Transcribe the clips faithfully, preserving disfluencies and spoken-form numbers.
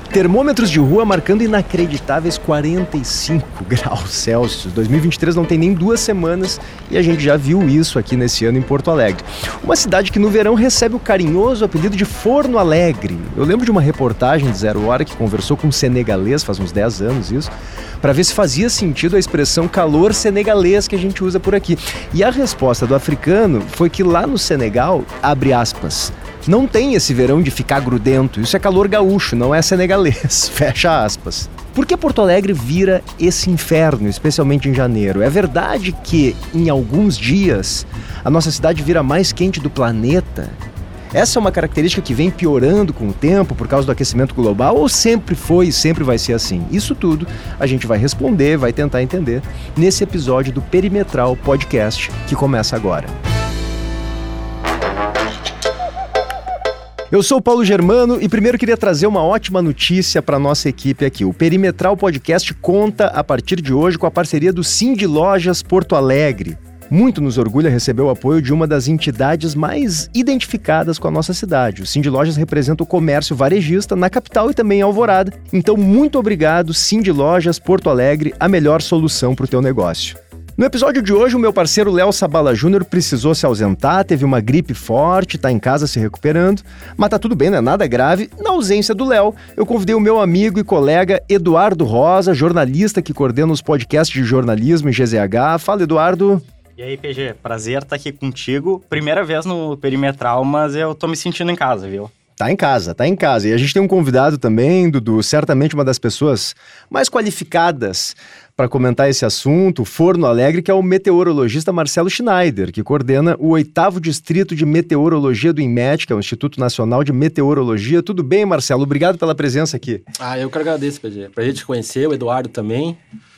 Termômetros de rua marcando inacreditáveis quarenta e cinco graus Celsius. dois mil e vinte e três não tem nem duas semanas e a gente já viu isso aqui nesse ano em Porto Alegre. Uma cidade que no verão recebe o carinhoso apelido de Forno Alegre. Eu lembro de uma reportagem de Zero Hora que conversou com um senegalês, faz uns dez anos isso, para ver se fazia sentido a expressão calor senegalês que a gente usa por aqui. E a resposta do africano foi que lá no Senegal, abre aspas, não tem esse verão de ficar grudento, isso é calor gaúcho, não é senegalês, fecha aspas. Por que Porto Alegre vira esse inferno, especialmente em janeiro? É verdade que, em alguns dias, a nossa cidade vira mais quente do planeta? Essa é uma característica que vem piorando com o tempo por causa do aquecimento global ou sempre foi e sempre vai ser assim? Isso tudo a gente vai responder, vai tentar entender nesse episódio do Perimetral Podcast que começa agora. Eu sou o Paulo Germano e primeiro queria trazer uma ótima notícia para a nossa equipe aqui. O Perimetral Podcast conta, a partir de hoje, com a parceria do Cindy Lojas Porto Alegre. Muito nos orgulha receber o apoio de uma das entidades mais identificadas com a nossa cidade. O Cindy Lojas representa o comércio varejista na capital e também em Alvorada. Então, muito obrigado, Cindy Lojas Porto Alegre, a melhor solução para o teu negócio. No episódio de hoje, o meu parceiro Léo Sabala Júnior precisou se ausentar, teve uma gripe forte, tá em casa se recuperando, mas tá tudo bem, não é nada grave. Na ausência do Léo, eu convidei o meu amigo e colega Eduardo Rosa, jornalista que coordena os podcasts de jornalismo em G Z H. Fala, Eduardo. E aí, P G, prazer estar aqui contigo. Primeira vez no Perimetral, mas eu tô me sentindo em casa, viu? Tá em casa, tá em casa. E a gente tem um convidado também, Dudu, certamente uma das pessoas mais qualificadas para comentar esse assunto, Forno Alegre, que é o meteorologista Marcelo Schneider, que coordena o oitavo Distrito de Meteorologia do INMET, que é o Instituto Nacional de Meteorologia. Tudo bem, Marcelo? Obrigado pela presença aqui. Ah, eu que agradeço, P G. Pra gente te conhecer, o Eduardo também.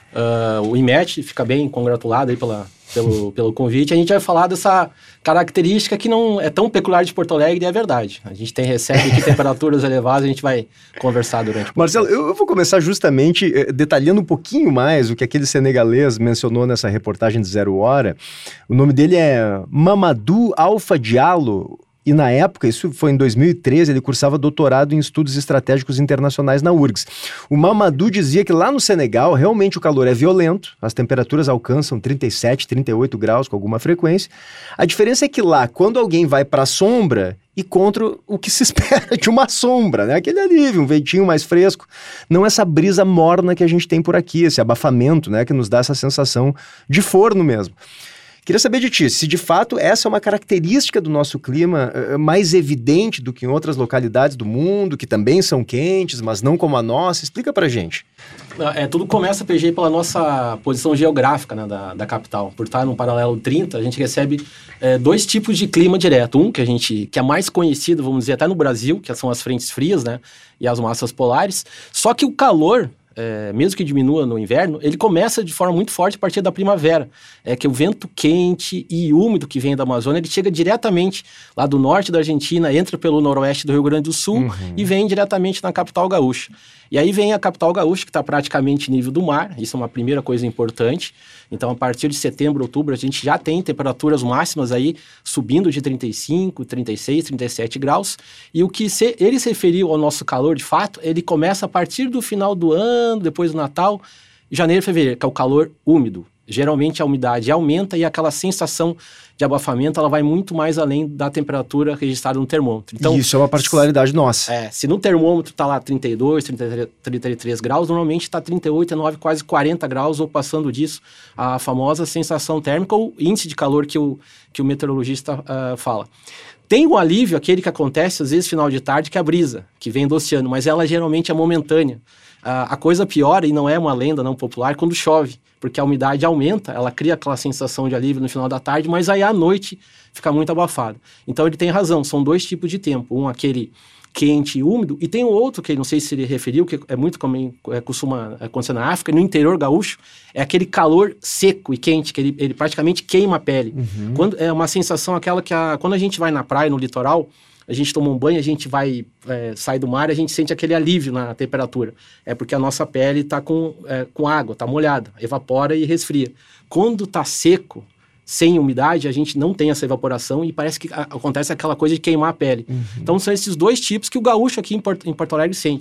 Uh, o INMET fica bem congratulado aí pela... Pelo, pelo convite. A gente vai falar dessa característica que não é tão peculiar de Porto Alegre e é verdade. A gente tem recebe aqui temperaturas elevadas, a gente vai conversar durante o Marcelo, eu, eu vou começar justamente eh, detalhando um pouquinho mais o que aquele senegalês mencionou nessa reportagem de Zero Hora. O nome dele é Mamadou Alpha Diallo. E na época, isso foi em dois mil e treze, ele cursava doutorado em estudos estratégicos internacionais na U R G S. O Mamadou dizia que lá no Senegal, realmente o calor é violento, as temperaturas alcançam trinta e sete, trinta e oito graus com alguma frequência. A diferença é que lá, quando alguém vai para a sombra, encontra o que se espera de uma sombra, né? Aquele alívio, um ventinho mais fresco, não essa brisa morna que a gente tem por aqui, esse abafamento, né? Que nos dá essa sensação de forno mesmo. Queria saber de ti, se de fato essa é uma característica do nosso clima uh, mais evidente do que em outras localidades do mundo, que também são quentes, mas não como a nossa. Explica pra gente. É, tudo começa, P G, pela nossa posição geográfica, né, da, da capital. Por estar no paralelo trinta, a gente recebe é, dois tipos de clima direto. Um que a gente, que é mais conhecido, vamos dizer, até no Brasil, que são as frentes frias, né, e as massas polares. Só que o calor... É, mesmo que diminua no inverno, ele começa de forma muito forte a partir da primavera. É que o vento quente e úmido que vem da Amazônia, ele chega diretamente lá do norte da Argentina, entra pelo noroeste do Rio Grande do Sul, uhum, e vem diretamente na capital gaúcha. E aí vem a capital gaúcha, que está praticamente nível do mar, isso é uma primeira coisa importante. Então, a partir de setembro, outubro, a gente já tem temperaturas máximas aí subindo de trinta e cinco, trinta e seis, trinta e sete graus. E o que se, ele se referiu ao nosso calor, de fato, ele começa a partir do final do ano, depois do Natal, janeiro e fevereiro, que é o calor úmido. Geralmente a umidade aumenta e aquela sensação de abafamento, ela vai muito mais além da temperatura registrada no termômetro. Então, isso é uma particularidade nossa. É, se no termômetro está lá trinta e dois, trinta e três graus, normalmente está trinta e oito, trinta e nove, quase quarenta graus, ou passando disso, a famosa sensação térmica ou índice de calor que o, que o meteorologista uh, fala. Tem um alívio, aquele que acontece às vezes final de tarde, que é a brisa, que vem do oceano, mas ela geralmente é momentânea. Uh, a coisa piora, e não é uma lenda não popular, quando chove, porque a umidade aumenta, ela cria aquela sensação de alívio no final da tarde, mas aí à noite fica muito abafado. Então ele tem razão, são dois tipos de tempo, um aquele quente e úmido, e tem um outro que não sei se ele referiu, que é muito comum, é, costuma acontecer na África, no interior gaúcho, é aquele calor seco e quente, que ele, ele praticamente queima a pele. Uhum. Quando, é uma sensação aquela que a, quando a gente vai na praia, no litoral, a gente toma um banho, a gente vai, é, sai do mar, a gente sente aquele alívio na temperatura. É porque a nossa pele está com, é, com água, está molhada, evapora e resfria. Quando está seco, sem umidade, a gente não tem essa evaporação e parece que a, acontece aquela coisa de queimar a pele. Uhum. Então são esses dois tipos que o gaúcho aqui em Porto, em Porto Alegre sente.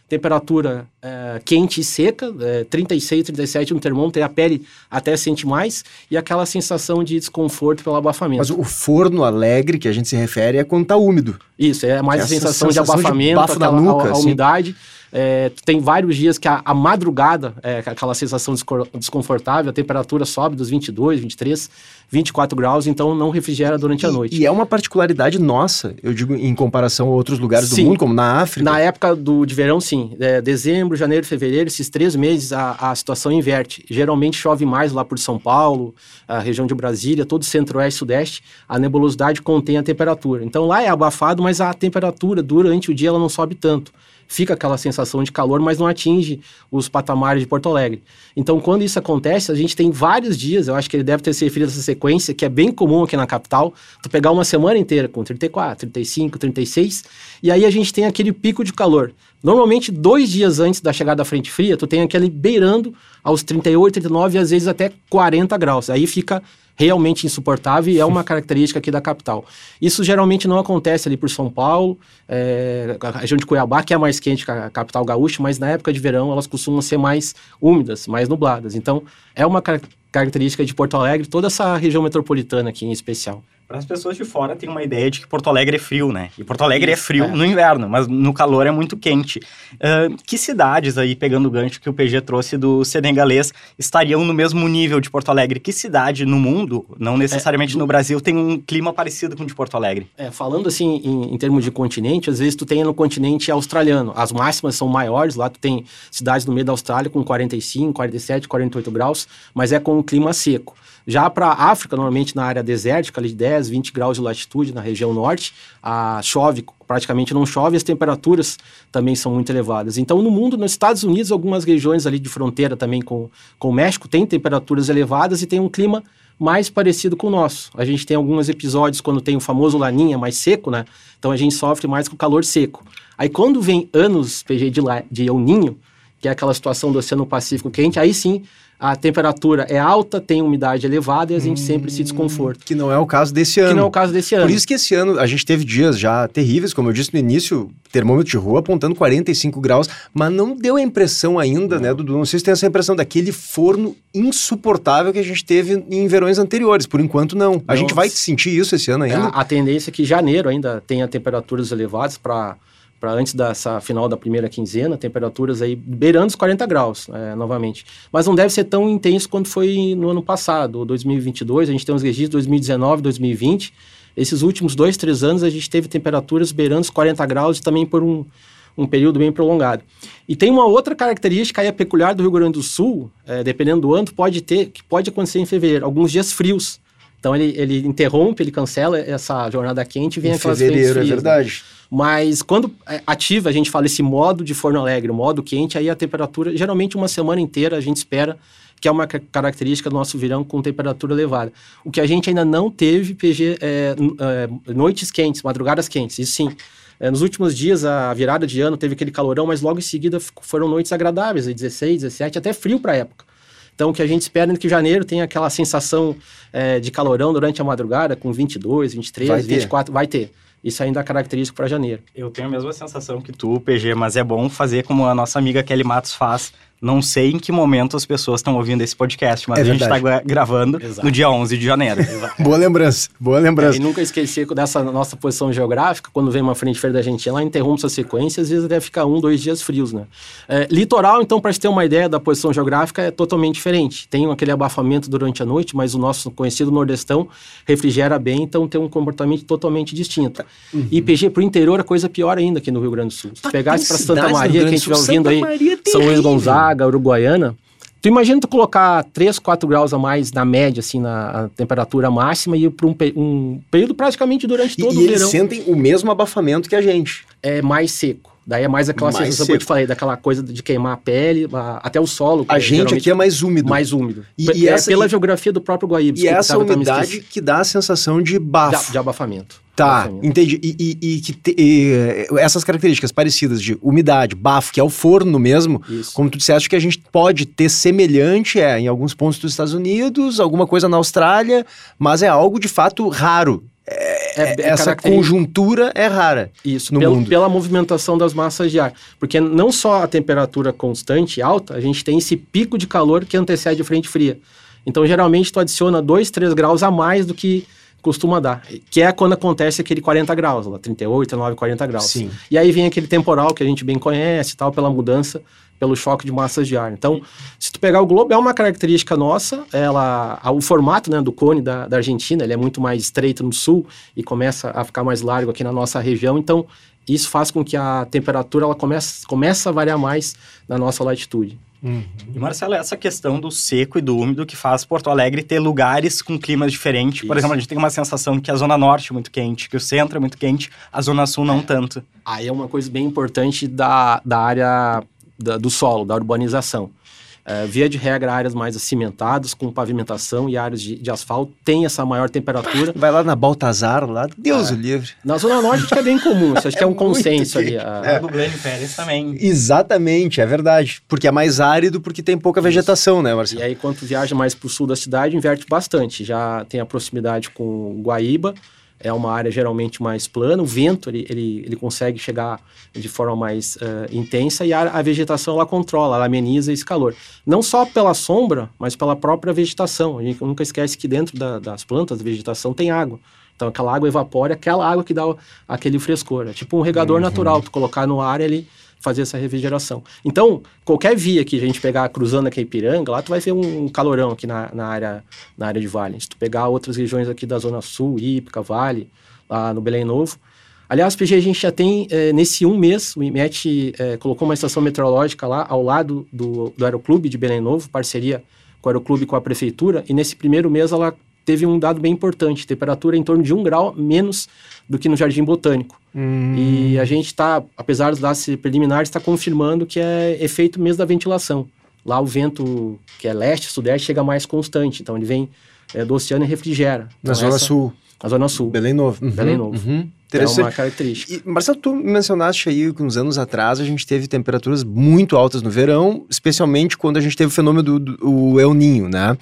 temperatura é, quente e seca, é, trinta e seis, trinta e sete no termômetro, e a pele até sente mais, e aquela sensação de desconforto pelo abafamento. Mas o forno alegre que a gente se refere é quando tá úmido. Isso, é mais a sensação, sensação de abafamento, de bafo aquela, na nuca, a, a assim. umidade. É, tem vários dias que a, a madrugada, é aquela sensação desconfortável, a temperatura sobe dos vinte e dois, vinte e três, vinte e quatro graus, então não refrigera durante e, a noite. E é uma particularidade nossa, eu digo, em comparação a outros lugares sim, do mundo, como na África. Na época do, de verão, sim. É, dezembro, janeiro, fevereiro, esses três meses a, a situação inverte. Geralmente chove mais lá por São Paulo, a região de Brasília, todo centro-oeste, sudeste, a nebulosidade contém a temperatura. Então lá é abafado, mas a temperatura durante o dia ela não sobe tanto. Fica aquela sensação de calor, mas não atinge os patamares de Porto Alegre. Então, quando isso acontece, a gente tem vários dias, eu acho que ele deve ter se referido a essa sequência, que é bem comum aqui na capital, tu pegar uma semana inteira com trinta e quatro, trinta e cinco, trinta e seis, e aí a gente tem aquele pico de calor. Normalmente, dois dias antes da chegada da frente fria, tu tem aquele beirando aos trinta e oito, trinta e nove e às vezes até quarenta graus. Aí fica realmente insuportável e é uma característica aqui da capital. Isso geralmente não acontece ali por São Paulo, é, a região de Cuiabá, que é mais quente que a capital gaúcha, mas na época de verão elas costumam ser mais úmidas, mais nubladas. Então, é uma car- característica de Porto Alegre, toda essa região metropolitana aqui em especial. Para as pessoas de fora tem uma ideia de que Porto Alegre é frio, né? E Porto Alegre Isso, é frio é. no inverno, mas no calor é muito quente. Uh, que cidades aí, pegando o gancho que o P G trouxe do senegalês, estariam no mesmo nível de Porto Alegre? Que cidade no mundo, não necessariamente é, no Brasil, tem um clima parecido com o de Porto Alegre? É, falando assim em, em termos de continente, às vezes tu tem no continente australiano, as máximas são maiores, lá tu tem cidades no meio da Austrália com quarenta e cinco, quarenta e sete, quarenta e oito graus, mas é com um clima seco. Já para a África, normalmente na área desértica, ali de dez, vinte graus de latitude, na região norte, a chove, praticamente não chove, as temperaturas também são muito elevadas. Então, no mundo, nos Estados Unidos, algumas regiões ali de fronteira também com, com o México, tem temperaturas elevadas e tem um clima mais parecido com o nosso. A gente tem alguns episódios quando tem o famoso laninha mais seco, né? Então, a gente sofre mais com o calor seco. Aí, quando vem anos, P G, de, La, de El Niño, que é aquela situação do Oceano Pacífico quente, aí sim, a temperatura é alta, tem umidade elevada e a gente hum, sempre se desconforta. Que não é o caso desse ano. Que não é o caso desse ano. Por isso que esse ano a gente teve dias já terríveis, como eu disse no início, termômetro de rua apontando quarenta e cinco graus, mas não deu a impressão ainda, não. né, Dudu? Não sei se tem essa impressão daquele forno insuportável que a gente teve em verões anteriores. Por enquanto, não. A Nossa. gente vai sentir isso esse ano ainda? É, a tendência é que janeiro ainda tenha temperaturas elevadas para... para antes dessa final da primeira quinzena, temperaturas aí beirando os quarenta graus, é, novamente. Mas não deve ser tão intenso quanto foi no ano passado, dois mil e vinte e dois, a gente tem uns registros de dois mil e dezenove, dois mil e vinte. Esses últimos dois, três anos a gente teve temperaturas beirando os quarenta graus e também por um, um período bem prolongado. E tem uma outra característica aí peculiar do Rio Grande do Sul, é, dependendo do ano, pode ter, que pode acontecer em fevereiro, alguns dias frios. Então ele, ele interrompe, ele cancela essa jornada quente e vem em aquelas fevereiro, frias, é verdade. Né? Mas quando ativa, a gente fala esse modo de forno alegre, o modo quente, aí a temperatura, geralmente uma semana inteira a gente espera, que é uma característica do nosso verão com temperatura elevada. O que a gente ainda não teve, P G, é, é, noites quentes, madrugadas quentes, isso sim. É, nos últimos dias, a virada de ano teve aquele calorão, mas logo em seguida foram noites agradáveis, dezesseis, dezessete, até frio para a época. Então, o que a gente espera é que janeiro tenha aquela sensação é, de calorão durante a madrugada, com vinte e dois, vinte e três, vai vinte e quatro, vai ter. Isso ainda é característico para janeiro. Eu tenho a mesma sensação que tu, P G, mas é bom fazer como a nossa amiga Kelly Matos faz. Não sei em que momento as pessoas estão ouvindo esse podcast, mas é a gente está gra- gravando Exato. no dia onze de janeiro. Boa lembrança, boa lembrança. É, e nunca esquecer dessa nossa posição geográfica, quando vem uma frente fria da Argentina, ela interrompe essa sequência, às vezes até ficar um, dois dias frios, né? É, litoral, então, para se ter uma ideia da posição geográfica, é totalmente diferente. Tem aquele abafamento durante a noite, mas o nosso conhecido nordestão refrigera bem, então tem um comportamento totalmente distinto. Uhum. E P G, pro interior, a coisa pior ainda aqui no Rio Grande do Sul. Se tu pegasse para Santa Maria, quem estiver ouvindo aí, São Luís Gonzaga, Uruguaiana, tu imagina tu colocar três, quatro graus a mais na média, assim, na temperatura máxima e ir para um, um período praticamente durante todo e, o e verão. E eles sentem o mesmo abafamento que a gente. É mais seco. Daí é mais aquela sensação que eu te falei, daquela coisa de queimar a pele, a, até o solo. A gente aqui é mais úmido. Mais úmido. E, e é essa, pela e, geografia do próprio Guaíba. E essa umidade que dá a sensação de bafo. De, de abafamento. Tá, abafamento. entendi. E, e, e que te, e, essas características parecidas de umidade, bafo, que é o forno mesmo, Isso. como tu disseste, que a gente pode ter semelhante é, em alguns pontos dos Estados Unidos, alguma coisa na Austrália, mas é algo de fato raro. é, é, essa conjuntura é rara. Isso, no pelo, mundo. pela movimentação das massas de ar. Porque não só a temperatura constante alta, a gente tem esse pico de calor que antecede a frente fria. Então, geralmente, tu adiciona dois, três graus a mais do que costuma dar, que é quando acontece aquele quarenta graus, lá, trinta e oito, trinta e nove, quarenta graus. Sim. E aí vem aquele temporal que a gente bem conhece, tal, pela mudança, pelo choque de massas de ar. Então, se tu pegar o globo, é uma característica nossa, ela, o formato, né, do cone da, da Argentina, ele é muito mais estreito no sul e começa a ficar mais largo aqui na nossa região, então isso faz com que a temperatura ela comece, comece a variar mais na nossa latitude. Uhum. E Marcelo, essa questão do seco e do úmido que faz Porto Alegre ter lugares com climas diferentes. Isso. Por exemplo, a gente tem uma sensação que a Zona Norte é muito quente, que o centro é muito quente, a Zona Sul não é. tanto. Aí é uma coisa bem importante da, da área da, do solo, da urbanização. É, via de regra, áreas mais acimentadas, com pavimentação e áreas de, de asfalto, tem essa maior temperatura. Vai lá na Baltazar, lá, Deus é. o livre. Na Zona Norte acho que é bem comum, isso acho é que é um consenso ali. A... É. Do Grande Pérez também. Exatamente, é verdade. Porque é mais árido, porque tem pouca vegetação, né, Marcelo? E aí, quando tu viaja mais pro sul da cidade, inverte bastante. Já tem a proximidade com Guaíba, é uma área geralmente mais plana, o vento ele, ele, ele consegue chegar de forma mais uh, intensa e a, a vegetação ela controla, ela ameniza esse calor. Não só pela sombra, mas pela própria vegetação. A gente nunca esquece que dentro da, das plantas, da vegetação, tem água. Então aquela água evapora, aquela água que dá o, aquele frescor. É tipo um regador uhum. natural, tu colocar no ar ele fazer essa refrigeração. Então, qualquer via que a gente pegar cruzando aqui a Ipiranga, lá tu vai ver um calorão aqui na, na, área, na área de Vale. Se tu pegar outras regiões aqui da Zona Sul, Ípica, Vale, lá no Belém Novo. Aliás, P G, a gente já tem, é, nesse um mês, o I M E T é, colocou uma estação meteorológica lá ao lado do, do Aeroclube de Belém Novo, parceria com o Aeroclube e com a Prefeitura, e nesse primeiro mês ela teve um dado bem importante, temperatura em torno de um grau menos do que no Jardim Botânico. Hum. E a gente está, apesar dos dados preliminares, está confirmando que é efeito mesmo da ventilação. Lá o vento, que é leste, sudeste, chega mais constante, então ele vem é, do oceano e refrigera. Na então, Zona essa, Sul. Na Zona Sul. Belém Novo. Uhum. Belém Novo. Uhum. É uma característica. E, Marcelo, tu mencionaste aí que uns anos atrás a gente teve temperaturas muito altas no verão, especialmente quando a gente teve o fenômeno do, do o El Niño, né?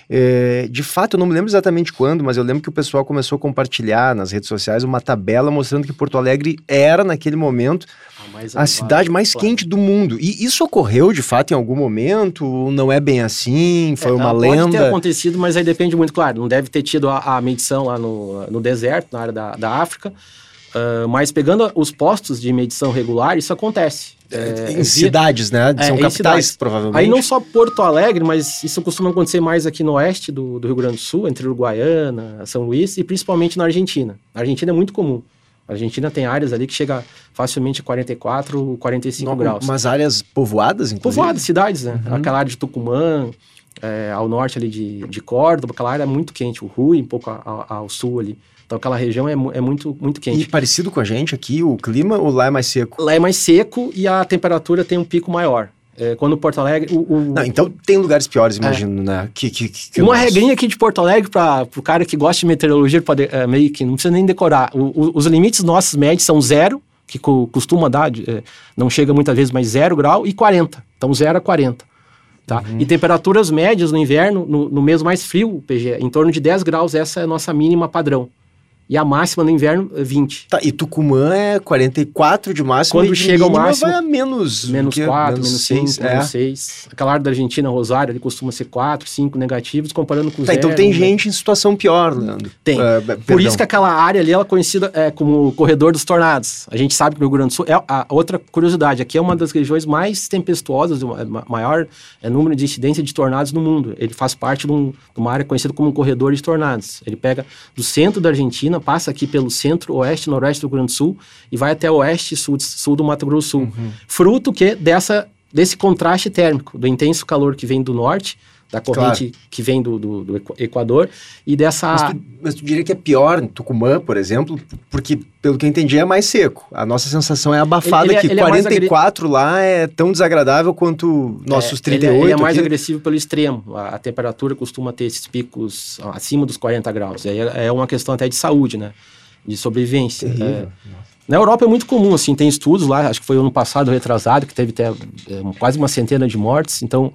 É, de fato, eu não me lembro exatamente quando, mas eu lembro que o pessoal começou a compartilhar nas redes sociais uma tabela mostrando que Porto Alegre era, naquele momento, a, a cidade mais claro. quente do mundo. E isso ocorreu, de fato, em algum momento? Não é bem assim? Foi é, uma lenda? Pode ter acontecido, mas aí depende muito, claro. Não deve ter tido a, a medição lá no, no deserto, na área da, da África. Uh, mas pegando os postos de medição regular, isso acontece. É, em via... cidades, né? São é, capitais, cidades. Provavelmente. Aí não só Porto Alegre, mas isso costuma acontecer mais aqui no oeste do, do Rio Grande do Sul, entre Uruguaiana, São Luís, e principalmente na Argentina. Na Argentina é muito comum. A Argentina tem áreas ali que chega facilmente a quarenta e quatro, quarenta e cinco não, graus. Umas áreas povoadas, inclusive? Povoadas, cidades, né? Uhum. Aquela área de Tucumã, é, ao norte ali de, de Córdoba, aquela área é muito quente. O Rui, um pouco ao, ao sul ali. Então aquela região é, é muito, muito quente. E parecido com a gente aqui, o clima, ou lá é mais seco? Lá é mais seco e a temperatura tem um pico maior. É, quando Porto Alegre... O, o, Não, então tem lugares piores, imagino, é. né? Que, que, que Uma regrinha aqui de Porto Alegre para o cara que gosta de meteorologia, pode, é, meio que não precisa nem decorar. O, o, os limites nossos médios são zero, que co, costuma dar, é, não chega muitas vezes, mas zero grau, e quarenta. Então zero a quarenta. Tá? Uhum. E temperaturas médias no inverno, no, no mês mais frio, P G, em torno de dez graus, essa é a nossa mínima padrão. E a máxima no inverno é vinte. Tá, e Tucumã é quarenta e quatro de máximo. Quando e chega ao máximo vai a menos... Menos quatro, menos cinco, é. menos seis. Aquela área da Argentina, Rosário, ele costuma ser quatro, cinco negativos, comparando com tá, zero. Então tem um, gente em situação pior, Leandro. Tem. Uh, Por isso que aquela área ali, ela é conhecida é, como o corredor dos tornados. A gente sabe que no Rio Grande do Sul... É a outra curiosidade, aqui é uma das regiões mais tempestuosas, o maior é, número de incidência de tornados no mundo. Ele faz parte de, um, de uma área conhecida como um corredor de tornados. Ele pega do centro da Argentina, passa aqui pelo centro, oeste, noroeste do Rio Grande do Sul e vai até oeste e sul, sul do Mato Grosso do Sul. Uhum. Fruto que dessa, desse contraste térmico, do intenso calor que vem do norte, da corrente claro. que vem do, do, do Equador e dessa... Mas tu, mas tu diria que é pior em Tucumã, por exemplo, porque, pelo que eu entendi, é mais seco. A nossa sensação é abafada ele, ele aqui. É, quarenta e quatro é agre... lá é tão desagradável quanto nossos é, trinta e oito. Ele é, ele é mais aqui. agressivo pelo extremo. A, a temperatura costuma ter esses picos acima dos quarenta graus. É, é uma questão até de saúde, né? De sobrevivência. É. Na Europa é muito comum, assim, tem estudos lá, acho que foi ano passado, retrasado, que teve até é, quase uma centena de mortes, então,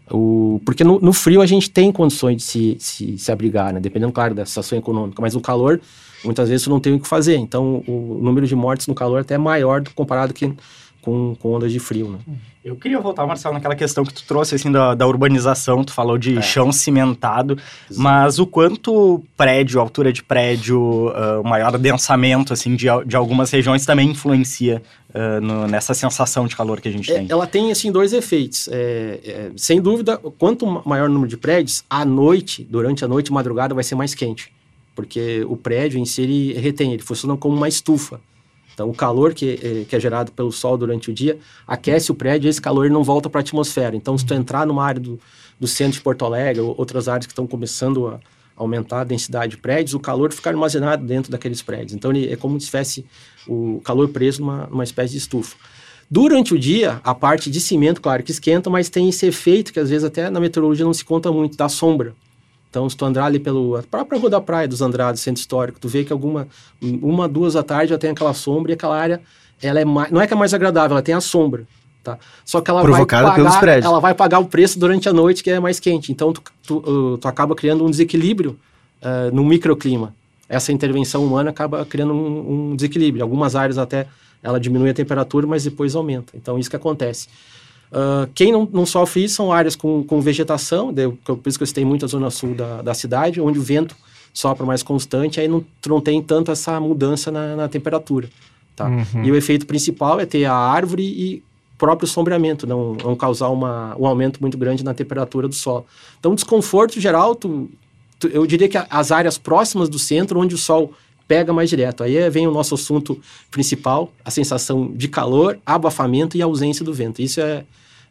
o, porque no, no frio a gente tem condições de se, se, se abrigar, né, dependendo, claro, da situação econômica, mas o calor muitas vezes tu não tem o que fazer. Então, o número de mortes no calor até é maior comparado que com, com ondas de frio, né? Eu queria voltar, Marcelo, naquela questão que tu trouxe, assim, da, da urbanização, tu falou de é. chão cimentado, Sim. mas o quanto prédio, altura de prédio, uh, maior densamento, assim, de, de algumas regiões também influencia uh, no, nessa sensação de calor que a gente é, tem? Ela tem, assim, dois efeitos. É, é, sem dúvida, quanto maior o número de prédios, à noite, durante a noite, madrugada, vai ser mais quente, porque o prédio em si, ele retém, ele funciona como uma estufa. Então, o calor que, que é gerado pelo sol durante o dia aquece o prédio e esse calor não volta para a atmosfera. Então, se tu entrar numa área do, do centro de Porto Alegre ou outras áreas que estão começando a aumentar a densidade de prédios, o calor fica armazenado dentro daqueles prédios. Então, ele é como se tivesse o calor preso numa, numa espécie de estufa. Durante o dia, a parte de cimento, claro que esquenta, mas tem esse efeito que às vezes até na meteorologia não se conta muito, da sombra. Então, se tu andar ali pela própria Rua da Praia dos Andrados, centro histórico, tu vê que alguma, uma, duas da tarde já tem aquela sombra e aquela área, ela é mais, não é que é mais agradável, ela tem a sombra, tá? Só que ela Provocada vai pelos pagar, prédios. ela vai pagar o preço durante a noite, que é mais quente. Então, tu, tu, uh, tu acaba criando um desequilíbrio uh, no microclima. Essa intervenção humana acaba criando um, um desequilíbrio. Em algumas áreas até ela diminui a temperatura, mas depois aumenta. Então, isso que acontece. Uh, quem não, não sofre isso são áreas com, com vegetação, de, por isso que eu citei muito a zona sul da, da cidade, onde o vento sopra mais constante, aí não, tu não tem tanto essa mudança na, na temperatura. Tá? Uhum. E o efeito principal é ter a árvore e próprio sombreamento, não, não causar uma, um aumento muito grande na temperatura do solo. Então, desconforto geral, tu, tu, eu diria que as áreas próximas do centro, onde o sol pega mais direto. Aí vem o nosso assunto principal, a sensação de calor, abafamento e ausência do vento. Isso é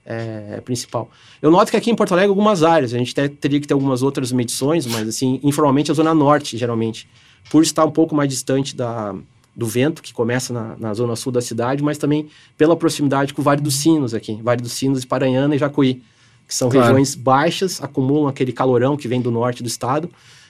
É, é principal. Eu noto que aqui em Porto Alegre, algumas áreas, a gente até teria que ter algumas outras medições, mas assim, informalmente a zona norte, geralmente, por estar um pouco mais distante da, do vento, que começa na, na zona sul da cidade, mas também pela proximidade com o Vale dos Sinos aqui, Vale dos Sinos, Paranhana e Jacuí, que são claro. regiões baixas, acumulam aquele calorão que vem do norte do estado,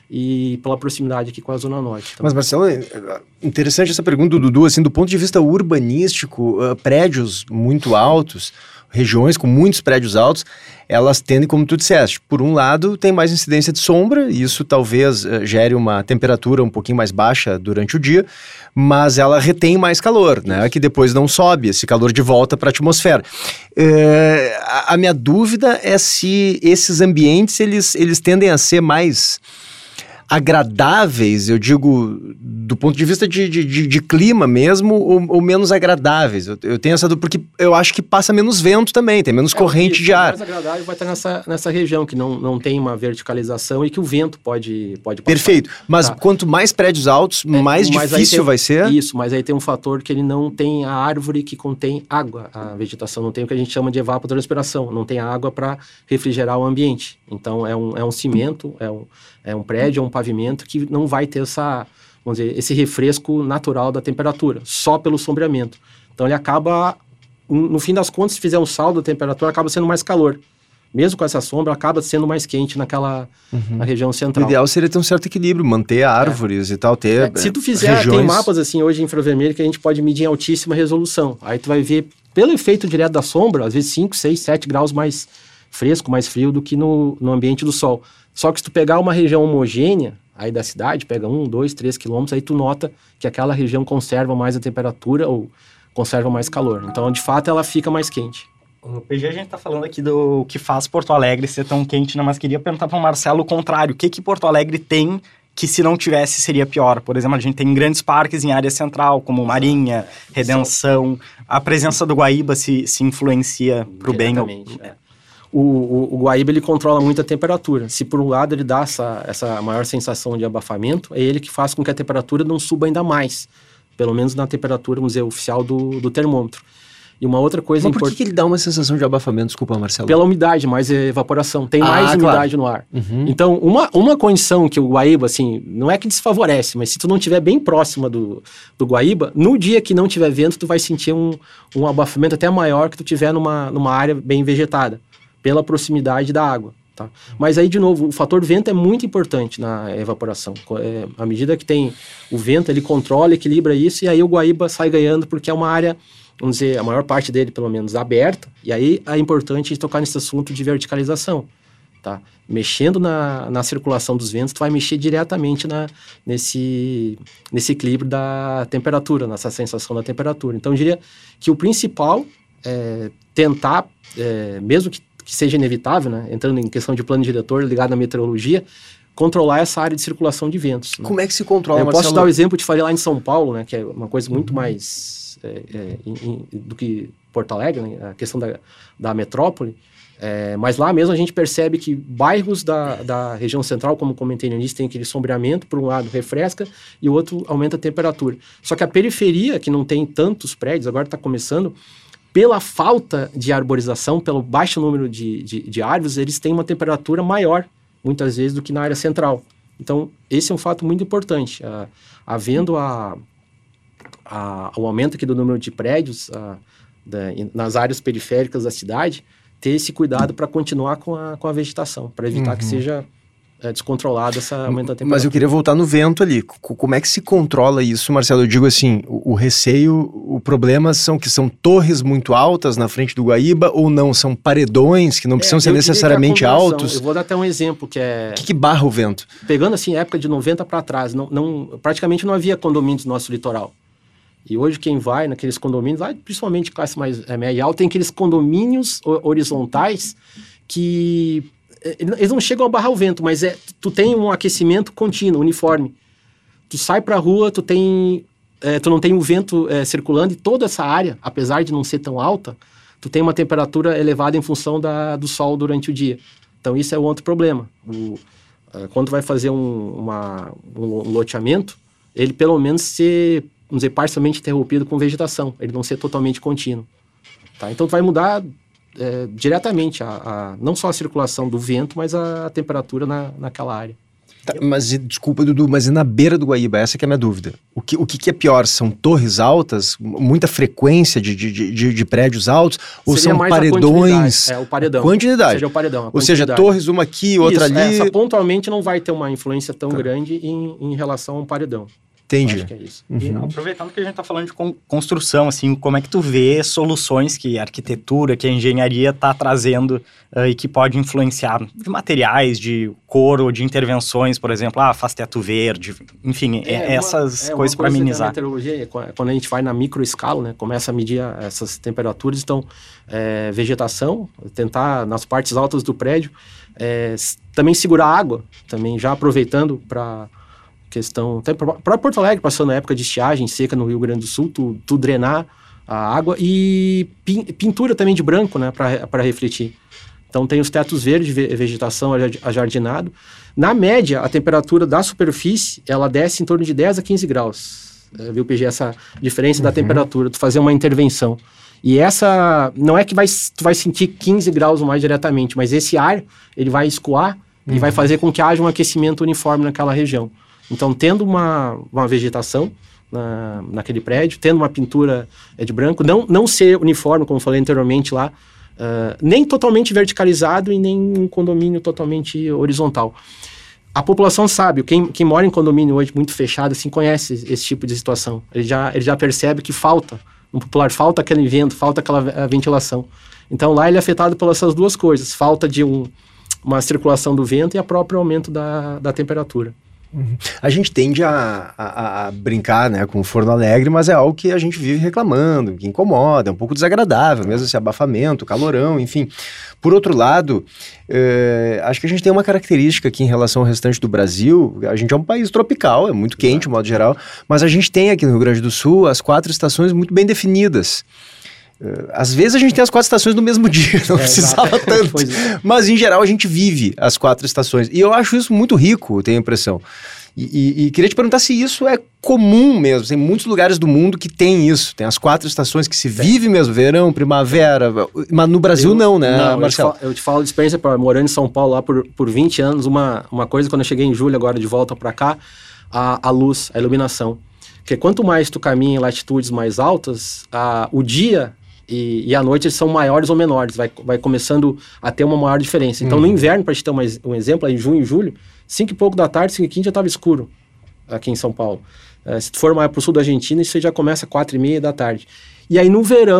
e pela proximidade aqui com a Zona Norte. Então. Mas, Marcelo, interessante essa pergunta do Dudu, assim, do ponto de vista urbanístico, uh, prédios muito altos, regiões com muitos prédios altos, elas tendem, como tu disseste, por um lado tem mais incidência de sombra, e isso talvez uh, gere uma temperatura um pouquinho mais baixa durante o dia, mas ela retém mais calor, né, que depois não sobe esse calor de volta para a atmosfera. Uh, a, a minha dúvida é se esses ambientes, eles, eles tendem a ser mais agradáveis, eu digo, do ponto de vista de, de, de, de clima mesmo, ou, ou menos agradáveis. Eu, eu tenho essa dúvida, porque eu acho que passa menos vento também, tem menos é, corrente isso, de ar. O mais agradável vai estar nessa, nessa região, que não, não tem uma verticalização e que o vento pode, pode passar. Perfeito, mas tá. quanto mais prédios altos, é, mais difícil tem, vai ser? Isso, mas aí tem um fator que ele não tem a árvore que contém água, a vegetação não tem o que a gente chama de evapotranspiração, não tem água para refrigerar o ambiente. Então é um, é um cimento, é um, é um prédio, é um pavimento que não vai ter essa, vamos dizer, esse refresco natural da temperatura, só pelo sombreamento. Então ele acaba, no fim das contas, se fizer um saldo da temperatura, acaba sendo mais calor. Mesmo com essa sombra, acaba sendo mais quente naquela uhum. na região central. O ideal seria ter um certo equilíbrio, manter árvores é. e tal, ter é, Se tu fizer, regiões... tem mapas assim hoje infravermelho que a gente pode medir em altíssima resolução. Aí tu vai ver, pelo efeito direto da sombra, às vezes cinco, seis, sete graus mais fresco, mais frio do que no, no ambiente do sol. Só que se tu pegar uma região homogênea, aí da cidade, pega um, dois, três quilômetros, aí tu nota que aquela região conserva mais a temperatura ou conserva mais calor. Então, de fato, ela fica mais quente. O P G, a gente tá falando aqui do que faz Porto Alegre ser tão quente, né? Mas queria perguntar para o Marcelo o contrário. O que que Porto Alegre tem que se não tivesse seria pior? Por exemplo, a gente tem grandes parques em área central, como Marinha, Redenção. A presença do Guaíba se, se influencia para o bem? Ou... É. O, o, o Guaíba, ele controla muito a temperatura. Se por um lado ele dá essa, essa maior sensação de abafamento, é ele que faz com que a temperatura não suba ainda mais. Pelo menos na temperatura, vamos dizer, oficial do, do termômetro. E uma outra coisa importante... Mas por import... que ele dá uma sensação de abafamento? Desculpa, Marcelo. Pela umidade, mais evaporação. Tem ah, mais claro. umidade no ar. Uhum. Então, uma, uma condição que o Guaíba, assim, não é que desfavorece, mas se tu não estiver bem próxima do, do Guaíba, no dia que não tiver vento, tu vai sentir um, um abafamento até maior que tu tiver numa, numa área bem vegetada, pela proximidade da água. Tá? Mas aí, de novo, o fator vento é muito importante na evaporação. É, à medida que tem o vento, ele controla, equilibra isso, e aí o Guaíba sai ganhando, porque é uma área, vamos dizer, a maior parte dele, pelo menos, aberta, e aí é importante tocar nesse assunto de verticalização. tá? Mexendo na, na circulação dos ventos, tu vai mexer diretamente na, nesse, nesse equilíbrio da temperatura, nessa sensação da temperatura. Então, eu diria que o principal é tentar, é, mesmo que, que seja inevitável, né? Entrando em questão de plano diretor ligado à meteorologia, controlar essa área de circulação de ventos. Né? Como é que se controla, Eu Marcelo? posso dar o exemplo de fazer lá em São Paulo, né? Que é uma coisa muito uhum. mais é, é, in, in, do que Porto Alegre, né? A questão da, da metrópole. É, mas lá mesmo a gente percebe que bairros da, da região central, como comentei no início, tem aquele sombreamento, por um lado refresca e o outro aumenta a temperatura. Só que a periferia, que não tem tantos prédios, agora está começando, pela falta de arborização, pelo baixo número de, de, de árvores, eles têm uma temperatura maior, muitas vezes, do que na área central. Então, esse é um fato muito importante. Ah, havendo a, a, o aumento aqui do número de prédios ah, da, nas áreas periféricas da cidade, ter esse cuidado para continuar com a, com a vegetação, para evitar uhum. que seja é, descontrolado essa aumento da temperatura. Mas eu queria voltar no vento ali. Como é que se controla isso, Marcelo? Eu digo assim, o, o receio, o problema são que são torres muito altas na frente do Guaíba ou não? São paredões que não precisam é, ser necessariamente altos? Eu vou dar até um exemplo que é... O que, que barra o vento? Pegando assim, época de noventa para trás, não, não, praticamente não havia condomínios no nosso litoral. E hoje quem vai naqueles condomínios, vai, principalmente classe mais é, média e alta, tem aqueles condomínios horizontais que eles não chegam a barrar o vento, mas é, tu tem um aquecimento contínuo, uniforme. Tu sai pra rua, tu, tem, é, tu não tem o vento é, circulando e toda essa área, apesar de não ser tão alta, tu tem uma temperatura elevada em função da, do sol durante o dia. Então isso é um outro problema. O, é, quando tu vai fazer um, uma, um loteamento, ele pelo menos ser... vamos dizer, parcialmente interrompido com vegetação, ele não ser totalmente contínuo. Tá? Então, vai mudar é, diretamente, a, a, não só a circulação do vento, mas a, a temperatura na, naquela área. Tá, mas, desculpa, Dudu, mas e na beira do Guaíba? Essa que é a minha dúvida. O que, o que é pior? São torres altas? Muita frequência de, de, de, de prédios altos? Ou Seria são mais paredões? É, o paredão. Quantidade. Seria o paredão. Ou seja, torres uma aqui, outra Isso, ali... Essa pontualmente não vai ter uma influência tão tá. grande em, em relação a um paredão. Entendi. Acho que é isso. Uhum. E, aproveitando que a gente está falando de con- construção, assim, como é que tu vê soluções que a arquitetura, que a engenharia está trazendo uh, e que pode influenciar de materiais, de cor ou de intervenções, por exemplo, ah, faz teto verde, enfim, é, é essas uma, coisas é para amenizar. A meteorologia, quando a gente vai na microescala, né, começa a medir essas temperaturas, então, é, vegetação, tentar nas partes altas do prédio, é, também segurar a água, também já aproveitando para... questão, até para Porto Alegre, passando na época de estiagem seca no Rio Grande do Sul, tu, tu drenar a água e pin, pintura também de branco, né, para refletir. Então tem os tetos verdes, vegetação ajardinado. Na média, a temperatura da superfície, ela desce em torno de dez a quinze graus. É, viu, P G, essa diferença uhum. da temperatura, tu fazer uma intervenção. E essa, não é que vai, tu vai sentir quinze graus ou mais diretamente, mas esse ar, ele vai escoar uhum. e vai fazer com que haja um aquecimento uniforme naquela região. Então, tendo uma, uma vegetação na, naquele prédio, tendo uma pintura é, de branco, não, não ser uniforme, como falei anteriormente lá, uh, nem totalmente verticalizado e nem um condomínio totalmente horizontal. A população sabe, quem, quem mora em condomínio hoje muito fechado, assim, conhece esse, esse tipo de situação. Ele já, ele já percebe que falta, no popular, falta aquele vento, falta aquela ventilação. Então, lá ele é afetado pelas essas duas coisas, falta de um, uma circulação do vento e a próprio aumento da, da temperatura. Uhum. A gente tende a, a, a brincar, né, com o forno alegre, mas é algo que a gente vive reclamando, que incomoda, é um pouco desagradável, mesmo esse abafamento, calorão, enfim. Por outro lado, eh, acho que a gente tem uma característica aqui em relação ao restante do Brasil, a gente é um país tropical, é muito quente, de modo geral, mas a gente tem aqui no Rio Grande do Sul as quatro estações muito bem definidas. Às vezes a gente tem as quatro estações no mesmo dia, não é, precisava exato. tanto, é. Mas em geral a gente vive as quatro estações, e eu acho isso muito rico, eu tenho a impressão. E, e, e queria te perguntar se isso é comum mesmo, tem muitos lugares do mundo que tem isso, tem as quatro estações que se é. vive mesmo, verão, primavera, mas no Brasil eu, não, né, não, Marcelo? Eu te, falo, eu te falo de experiência, pra, morando em São Paulo lá por, por vinte anos, uma, uma coisa, quando eu cheguei em julho agora de volta para cá, a, a luz, a iluminação, porque quanto mais tu caminha em latitudes mais altas, a, o dia... E, e à noite eles são maiores ou menores, vai, vai começando a ter uma maior diferença. Então, uhum. no inverno, para te ter uma, um exemplo, em junho e julho, cinco e pouco da tarde, cinco e quinze já estava escuro aqui em São Paulo. Uh, se tu for mais para o sul da Argentina, isso já começa quatro e meia da tarde. E aí, no verão,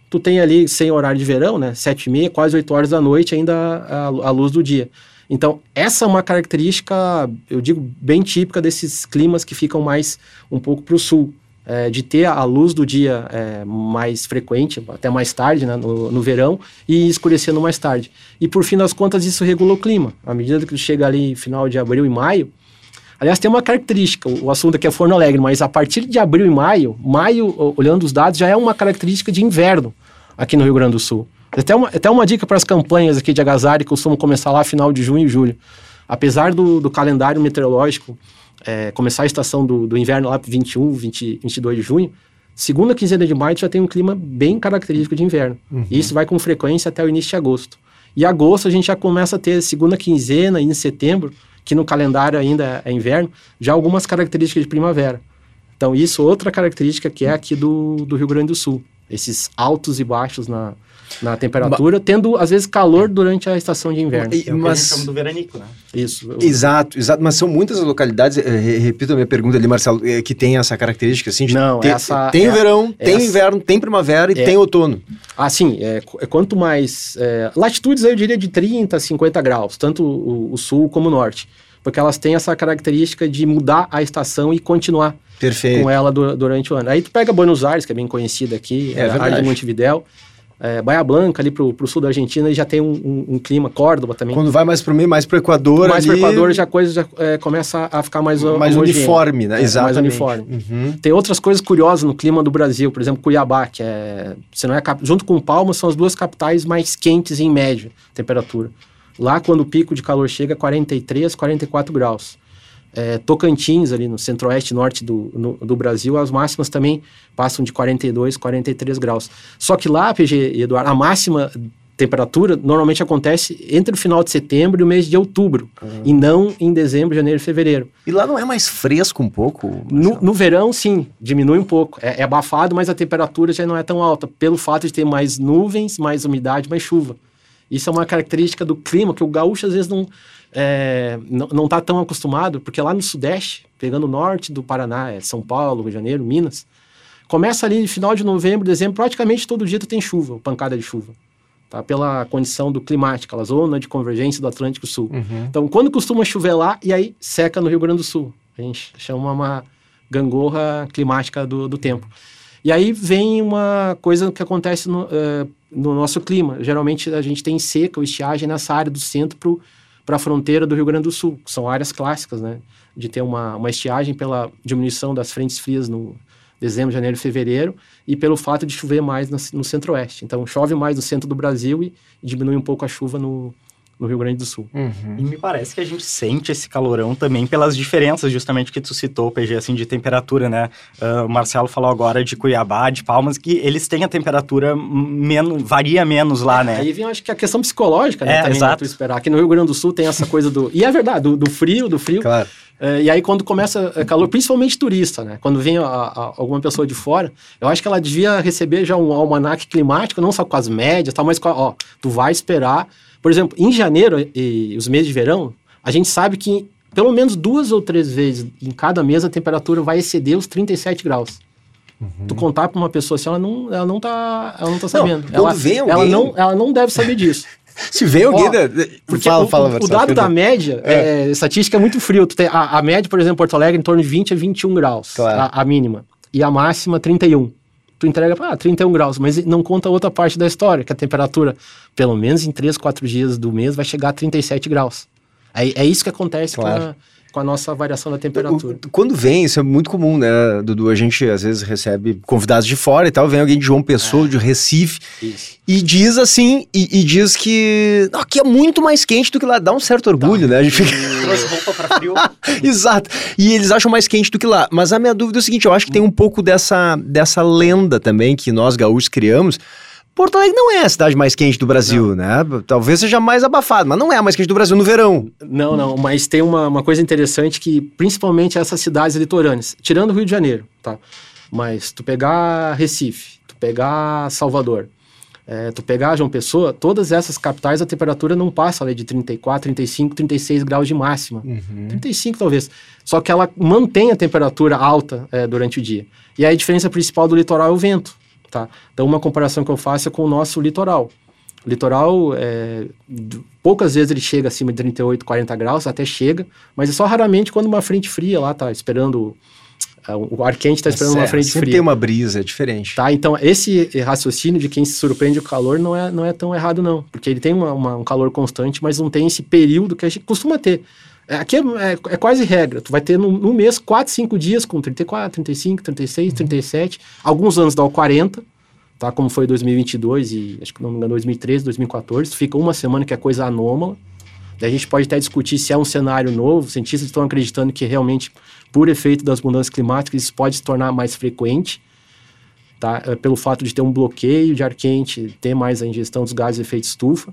tu tem ali, sem horário de verão, né, sete e meia, quase oito horas da noite, ainda a, a luz do dia. Então, essa é uma característica, eu digo, bem típica desses climas que ficam mais um pouco para o sul, é, de ter a luz do dia é, mais frequente, até mais tarde, né, no, no verão, e escurecendo mais tarde. E, por fim das contas, isso regula o clima. À medida que chega ali final de abril e maio, aliás, tem uma característica, o assunto aqui é Forno Alegre, mas a partir de abril e maio, maio, olhando os dados, já é uma característica de inverno aqui no Rio Grande do Sul. Até uma, até uma dica para as campanhas aqui de agasalho, que costumam começar lá final de junho e julho. Apesar do, do calendário meteorológico é, começar a estação do, do inverno lá para vinte e um, vinte, vinte e dois de junho, segunda quinzena de maio já tem um clima bem característico de inverno. Uhum. E isso vai com frequência até o início de agosto. E agosto a gente já começa a ter segunda quinzena, em setembro, que no calendário ainda é inverno, já algumas características de primavera. Então isso, outra característica que é aqui do, do Rio Grande do Sul. Esses altos e baixos na, na temperatura, ba tendo, às vezes, calor durante a estação de inverno. E, é o que mas... a gente chama do veranico, né? Isso. Eu... Exato, exato. Mas são muitas as localidades, eh, repito a minha pergunta ali, Marcelo, eh, que tem essa característica, assim, de Não, ter, essa... tem é, verão, é tem essa... inverno, tem primavera e é... tem outono. Ah, sim. É, quanto mais... É, latitudes, eu diria, de trinta, cinquenta graus, tanto o, o sul como o norte. Porque elas têm essa característica de mudar a estação e continuar Perfeito. Com ela do, durante o ano. Aí tu pega Buenos Aires, que é bem conhecida aqui, é, a área de Montevidéu, é, Bahia Blanca, ali pro, pro sul da Argentina, e já tem um, um, um clima, Córdoba também. Quando vai mais pro meio, mais pro Equador mais ali... pro Equador, já a coisa já é, começa a ficar mais mais uniforme, né? É, Exatamente. Mais uniforme. Uhum. Tem outras coisas curiosas no clima do Brasil, por exemplo, Cuiabá, que é, se não é cap... junto com Palmas, são as duas capitais mais quentes em média, temperatura. Lá, quando o pico de calor chega, quarenta e três, quarenta e quatro graus. É, Tocantins, ali no centro-oeste norte do, no, do Brasil, as máximas também passam de quarenta e dois, quarenta e três graus. Só que lá, P G e Eduardo, a máxima temperatura normalmente acontece entre o final de setembro e o mês de outubro, uhum. e não em dezembro, janeiro e fevereiro. E lá não é mais fresco um pouco? No, no verão, sim, diminui um pouco. É, é abafado, mas a temperatura já não é tão alta, pelo fato de ter mais nuvens, mais umidade, mais chuva. Isso é uma característica do clima, que o gaúcho às vezes não... É, não está tão acostumado, porque lá no sudeste, pegando o norte do Paraná, é São Paulo, Rio de Janeiro, Minas, começa ali no final de novembro, dezembro, praticamente todo dia tu tem chuva, pancada de chuva, tá? Pela condição do climática, a zona de convergência do Atlântico Sul. Uhum. Então, quando costuma chover lá, e aí seca no Rio Grande do Sul. A gente chama uma gangorra climática do, do tempo. E aí vem uma coisa que acontece no, uh, no nosso clima. Geralmente a gente tem seca ou estiagem nessa área do centro pro para a fronteira do Rio Grande do Sul, que são áreas clássicas, né, de ter uma, uma estiagem pela diminuição das frentes frias no dezembro, janeiro e fevereiro, e pelo fato de chover mais no, no centro-oeste. Então, chove mais no centro do Brasil e, e diminui um pouco a chuva no, no Rio Grande do Sul. Uhum. E me parece que a gente sente esse calorão também pelas diferenças, justamente que tu citou, P G, assim, de temperatura, né? Uh, o Marcelo falou agora de Cuiabá, de Palmas, que eles têm a temperatura menos, varia menos lá, né? Aí vem, acho que a questão psicológica, né? É, também, exato. Né, tu esperar. Aqui no Rio Grande do Sul tem essa coisa do... E é verdade, do, do frio, do frio. Claro. Uh, e aí quando começa calor, principalmente turista, né? Quando vem a, a, alguma pessoa de fora, eu acho que ela devia receber já um almanaque climático, não só com as médias, tal, mas com a, ó, tu vai esperar... Por exemplo, em janeiro e os meses de verão, a gente sabe que pelo menos duas ou três vezes em cada mês a temperatura vai exceder os trinta e sete graus. Uhum. Tu contar para uma pessoa assim, ela não, ela não tá, ela não tá sabendo. Não, ela, vem alguém... ela, não, ela não deve saber disso. Se vem alguém... Ó, da... Porque fala, o, fala, o, Marcelo, o dado perdão. da média, é. É, estatística é muito frio. Tu tem a, a média, por exemplo, em Porto Alegre, em torno de vinte a vinte e um graus, claro. a, a mínima. E a máxima, trinta e um. Tu entrega para ah, trinta e um graus, mas não conta outra parte da história, que a temperatura, pelo menos em três, quatro dias do mês, vai chegar a trinta e sete graus. É, é isso que acontece claro. com, a, com a nossa variação da temperatura. O, quando vem, isso é muito comum, né, Dudu? A gente, às vezes, recebe convidados de fora e tal, vem alguém de João Pessoa, é. de Recife, isso. e diz assim, e, e diz que aqui é muito mais quente do que lá, dá um certo orgulho, tá. né? A gente fica... Trouxe roupa pra frio. Exato. E eles acham mais quente do que lá. Mas a minha dúvida é o seguinte, eu acho que tem um pouco dessa, dessa lenda também que nós gaúchos criamos. Porto Alegre não é a cidade mais quente do Brasil, não. né? Talvez seja mais abafado, mas não é a mais quente do Brasil no verão. Não, não, mas tem uma, uma coisa interessante que, principalmente essas cidades litorâneas, tirando o Rio de Janeiro, tá? Mas tu pegar Recife, tu pegar Salvador, é, tu pegar João Pessoa, todas essas capitais a temperatura não passa ali de trinta e quatro, trinta e cinco, trinta e seis graus de máxima. Uhum. trinta e cinco talvez. Só que ela mantém a temperatura alta é, durante o dia. E aí a diferença principal do litoral é o vento. Tá? Então, uma comparação que eu faço é com o nosso litoral. O litoral, é, poucas vezes ele chega acima de trinta e oito, quarenta graus, até chega, mas é só raramente quando uma frente fria lá tá esperando, o ar quente está esperando é, uma frente sempre fria. Tem uma brisa, é diferente. Tá? Então, esse raciocínio de quem se surpreende com o calor não é, não é tão errado, não. Porque ele tem uma, uma, um calor constante, mas não tem esse período que a gente costuma ter. Aqui é, é, é quase regra. Tu vai ter no, no mês quatro, cinco dias com trinta e quatro, trinta e cinco, trinta e seis, trinta e sete. Alguns anos dá o quarenta, tá? Como foi dois mil e vinte e dois e acho que não me engano dois mil e treze, dois mil e quatorze. Fica uma semana que é coisa anômala. Daí a gente pode até discutir se é um cenário novo. Os cientistas estão acreditando que realmente, por efeito das mudanças climáticas, isso pode se tornar mais frequente, tá? Pelo fato de ter um bloqueio de ar quente, ter mais a ingestão dos gases de efeito estufa.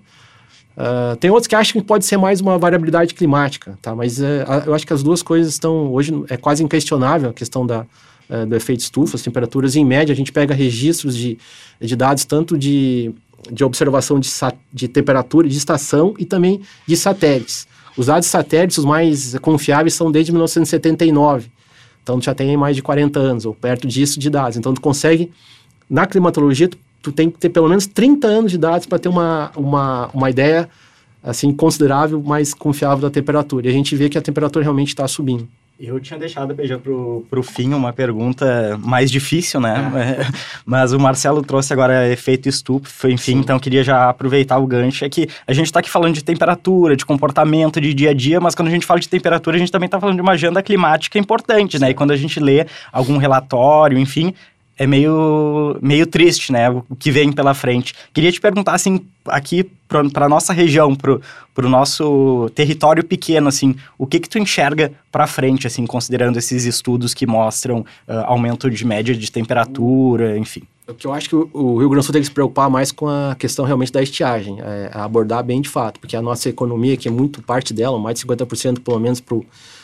Uh, tem outros que acham que pode ser mais uma variabilidade climática, tá? Mas uh, eu acho que as duas coisas estão, hoje é quase inquestionável a questão da, uh, do efeito estufa, as temperaturas em média, a gente pega registros de, de dados tanto de, de observação de, de temperatura, de estação e também de satélites. Os dados satélites, os mais confiáveis, são desde mil novecentos e setenta e nove, então já tem mais de quarenta anos, ou perto disso de dados. Então tu consegue, na climatologia, tu tu tem que ter pelo menos trinta anos de dados para ter uma, uma, uma ideia assim, considerável, mais confiável da temperatura. E a gente vê que a temperatura realmente está subindo. Eu tinha deixado, Beija, pro, pro fim uma pergunta mais difícil, né? É. Mas o Marcelo trouxe agora efeito estufa, enfim, Sim. Então queria já aproveitar o gancho. É que a gente está aqui falando de temperatura, de comportamento, de dia a dia, mas quando a gente fala de temperatura, a gente também está falando de uma agenda climática importante, né? E quando a gente lê algum relatório, enfim... é meio, meio triste, né, o que vem pela frente. Queria te perguntar, assim, aqui para a nossa região, para o nosso território pequeno, assim, o que que tu enxerga para frente, assim, considerando esses estudos que mostram uh, aumento de média de temperatura, enfim? O que eu acho que o, o Rio Grande do Sul tem que se preocupar mais com a questão realmente da estiagem, é, abordar bem de fato, porque a nossa economia, que é muito parte dela, mais de cinquenta por cento pelo menos para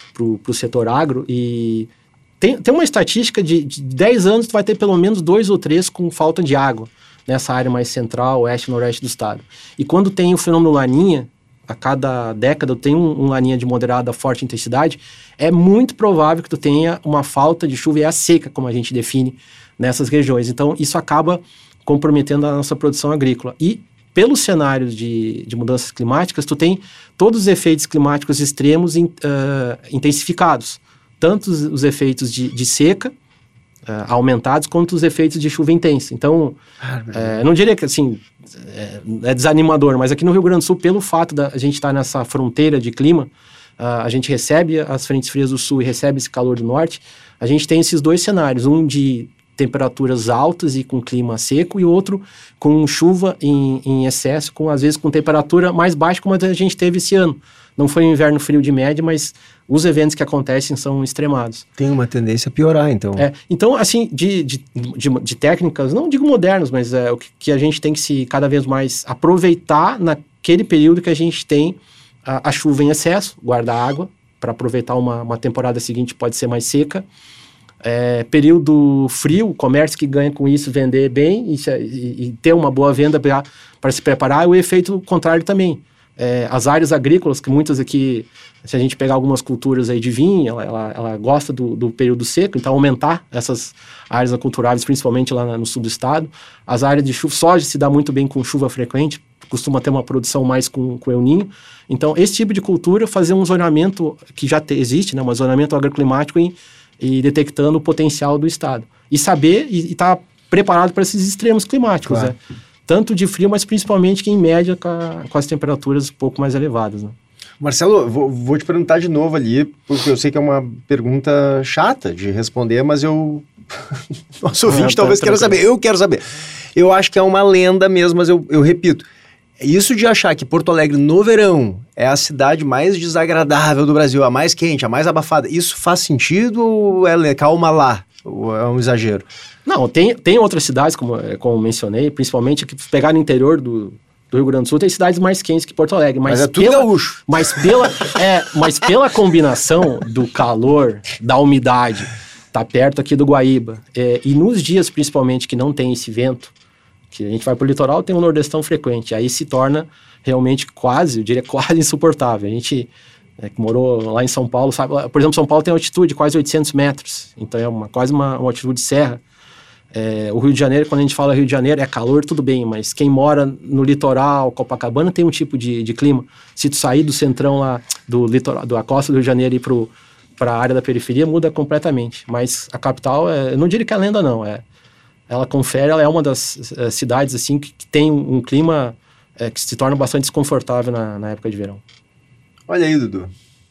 o setor agro, e... Tem, tem uma estatística de, de dez anos, tu vai ter pelo menos dois ou três com falta de água nessa área mais central, oeste e noroeste do estado. E quando tem o fenômeno Laninha, a cada década tem um, um Laninha de moderada a forte intensidade, é muito provável que tu tenha uma falta de chuva e a seca, como a gente define nessas regiões. Então, isso acaba comprometendo a nossa produção agrícola. E pelos cenários de, de mudanças climáticas, tu tem todos os efeitos climáticos extremos in, uh, intensificados. Tanto os, os efeitos de, de seca uh, aumentados, quanto os efeitos de chuva intensa. Então, ah, é, não diria que assim, é, é desanimador, mas aqui no Rio Grande do Sul, pelo fato da a gente estar tá nessa fronteira de clima, uh, a gente recebe as frentes frias do sul e recebe esse calor do norte, a gente tem esses dois cenários, um de temperaturas altas e com clima seco, e outro com chuva em, em excesso, com, às vezes com temperatura mais baixa, como a gente teve esse ano. Não foi um inverno frio de média, mas os eventos que acontecem são extremados. Tem uma tendência a piorar, então. É, então, assim, de, de, de, de técnicas, não digo modernos, mas é, o que, que a gente tem que se cada vez mais aproveitar naquele período que a gente tem a, a chuva em excesso, guardar água, para aproveitar uma, uma temporada seguinte pode ser mais seca. É, período frio, o comércio que ganha com isso, vender bem e, e, e ter uma boa venda para se preparar, o efeito contrário também. É, as áreas agrícolas, que muitas aqui, se a gente pegar algumas culturas aí de vinho, ela, ela, ela gosta do, do período seco, então aumentar essas áreas aculturáveis, principalmente lá no sul do estado. As áreas de chuva, soja se dá muito bem com chuva frequente, costuma ter uma produção mais com, com El Niño. Então, esse tipo de cultura, fazer um zoneamento que já te, existe, né, um zoneamento agroclimático em, e detectando o potencial do estado. E saber e estar tá preparado para esses extremos climáticos, claro. Né? Tanto de frio, mas principalmente que em média com, a, com as temperaturas um pouco mais elevadas, né? Marcelo, vou, vou te perguntar de novo ali, porque eu sei que é uma pergunta chata de responder, mas eu... Nosso ouvinte é, talvez tá, queira saber, eu quero saber. Eu acho que é uma lenda mesmo, mas eu, eu repito, isso de achar que Porto Alegre no verão é a cidade mais desagradável do Brasil, a mais quente, a mais abafada, isso faz sentido ou é calma lá? Ou é um exagero? Não, tem, tem outras cidades, como, como mencionei, principalmente que pegar no interior do, do Rio Grande do Sul, tem cidades mais quentes que Porto Alegre. Mas, mas é tudo pela, gaúcho. Mas pela, é, mas pela combinação do calor, da umidade, tá perto aqui do Guaíba, é, e nos dias principalmente que não tem esse vento, que a gente vai pro litoral, tem um nordestão frequente, aí se torna realmente quase, eu diria quase insuportável. A gente... É, que morou lá em São Paulo, sabe? Por exemplo, São Paulo tem altitude de quase oitocentos metros, então é uma, quase uma, uma altitude de serra. É, o Rio de Janeiro, quando a gente fala Rio de Janeiro, é calor, tudo bem, mas quem mora no litoral, Copacabana, tem um tipo de, de clima. Se tu sair do centrão lá, do litoral, da costa do Rio de Janeiro e ir para a área da periferia, muda completamente. Mas a capital, é, eu não diria que é lenda, não. É, ela confere, ela é uma das é, cidades assim, que, que tem um, um clima é, que se torna bastante desconfortável na, na época de verão. Olha aí, Dudu.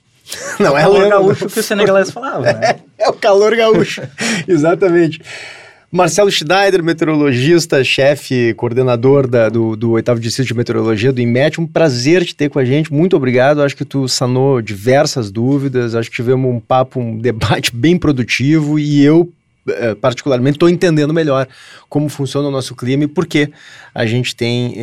Não, é o calor gaúcho que o senegalês falava, né? É, é o calor gaúcho, exatamente. Marcelo Schneider, meteorologista, chefe, coordenador da, do, do oitavo Distrito de Meteorologia do INMET, um prazer te ter com a gente, muito obrigado, acho que tu sanou diversas dúvidas, acho que tivemos um papo, um debate bem produtivo e eu, particularmente, estou entendendo melhor como funciona o nosso clima e por que a gente tem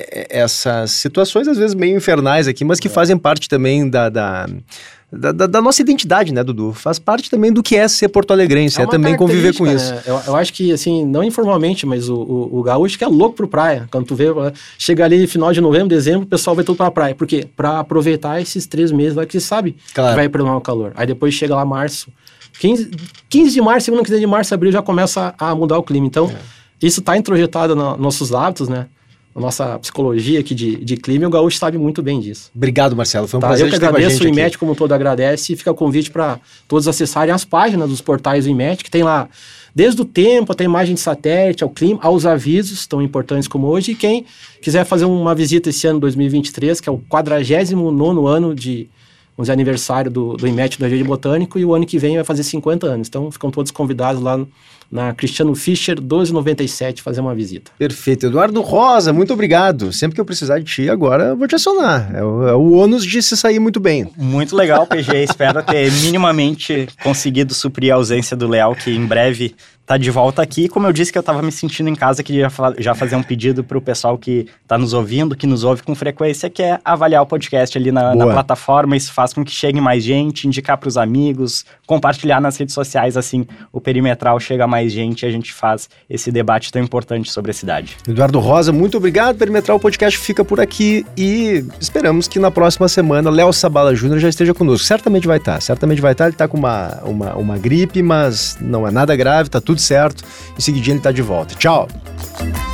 essas situações, às vezes meio infernais aqui, mas que fazem parte também da... da Da, da, da nossa identidade, né, Dudu? Faz parte também do que é ser porto-alegrense, é, é também conviver com isso. Né? Eu, eu acho que, assim, não informalmente, mas o, o, o gaúcho que é louco pro praia. Quando tu vê, chega ali final de novembro, dezembro, o pessoal vai todo pra praia. Por quê? Pra aproveitar esses três meses lá que você sabe claro. que vai prolongar o calor. Aí depois chega lá março, quinze, quinze de março, segunda quinzena de março, abril, já começa a mudar o clima. Então, é. isso tá introjetado nos nossos hábitos, né? A nossa psicologia aqui de, de clima, e o gaúcho sabe muito bem disso. Obrigado, Marcelo, foi um tá, prazer eu que ter com a agradeço, gente o INMET aqui. como todo agradece, e fica o convite para todos acessarem as páginas dos portais do INMET, que tem lá desde o tempo, até a imagem de satélite, ao clima, aos avisos tão importantes como hoje, e quem quiser fazer uma visita esse ano dois mil e vinte e três, que é o quadragésimo nono ano de, vamos dizer, aniversário do, do INMET do Jardim Botânico, e o ano que vem vai fazer cinquenta anos, então ficam todos convidados lá no, na Cristiano Fischer, doze noventa e sete, fazer uma visita. Perfeito. Eduardo Rosa, muito obrigado. Sempre que eu precisar de ti, agora eu vou te acionar. É o, é o ônus de se sair muito bem. Muito legal, P G. Espero ter minimamente conseguido suprir a ausência do Léo, que em breve tá de volta aqui. Como eu disse que eu tava me sentindo em casa, queria já fazer um pedido pro pessoal que tá nos ouvindo, que nos ouve com frequência, que é avaliar o podcast ali na, na plataforma. Isso faz com que chegue mais gente, indicar pros amigos, compartilhar nas redes sociais, assim, o Perimetral chega a mais gente e a gente faz esse debate tão importante sobre a cidade. Eduardo Rosa, muito obrigado. Perimetral Podcast fica por aqui e esperamos que na próxima semana Léo Sabala Júnior já esteja conosco. Certamente vai estar, certamente vai estar. Ele tá com uma, uma, uma gripe, mas não é nada grave, tá tudo certo. Em seguidinho ele tá de volta. Tchau!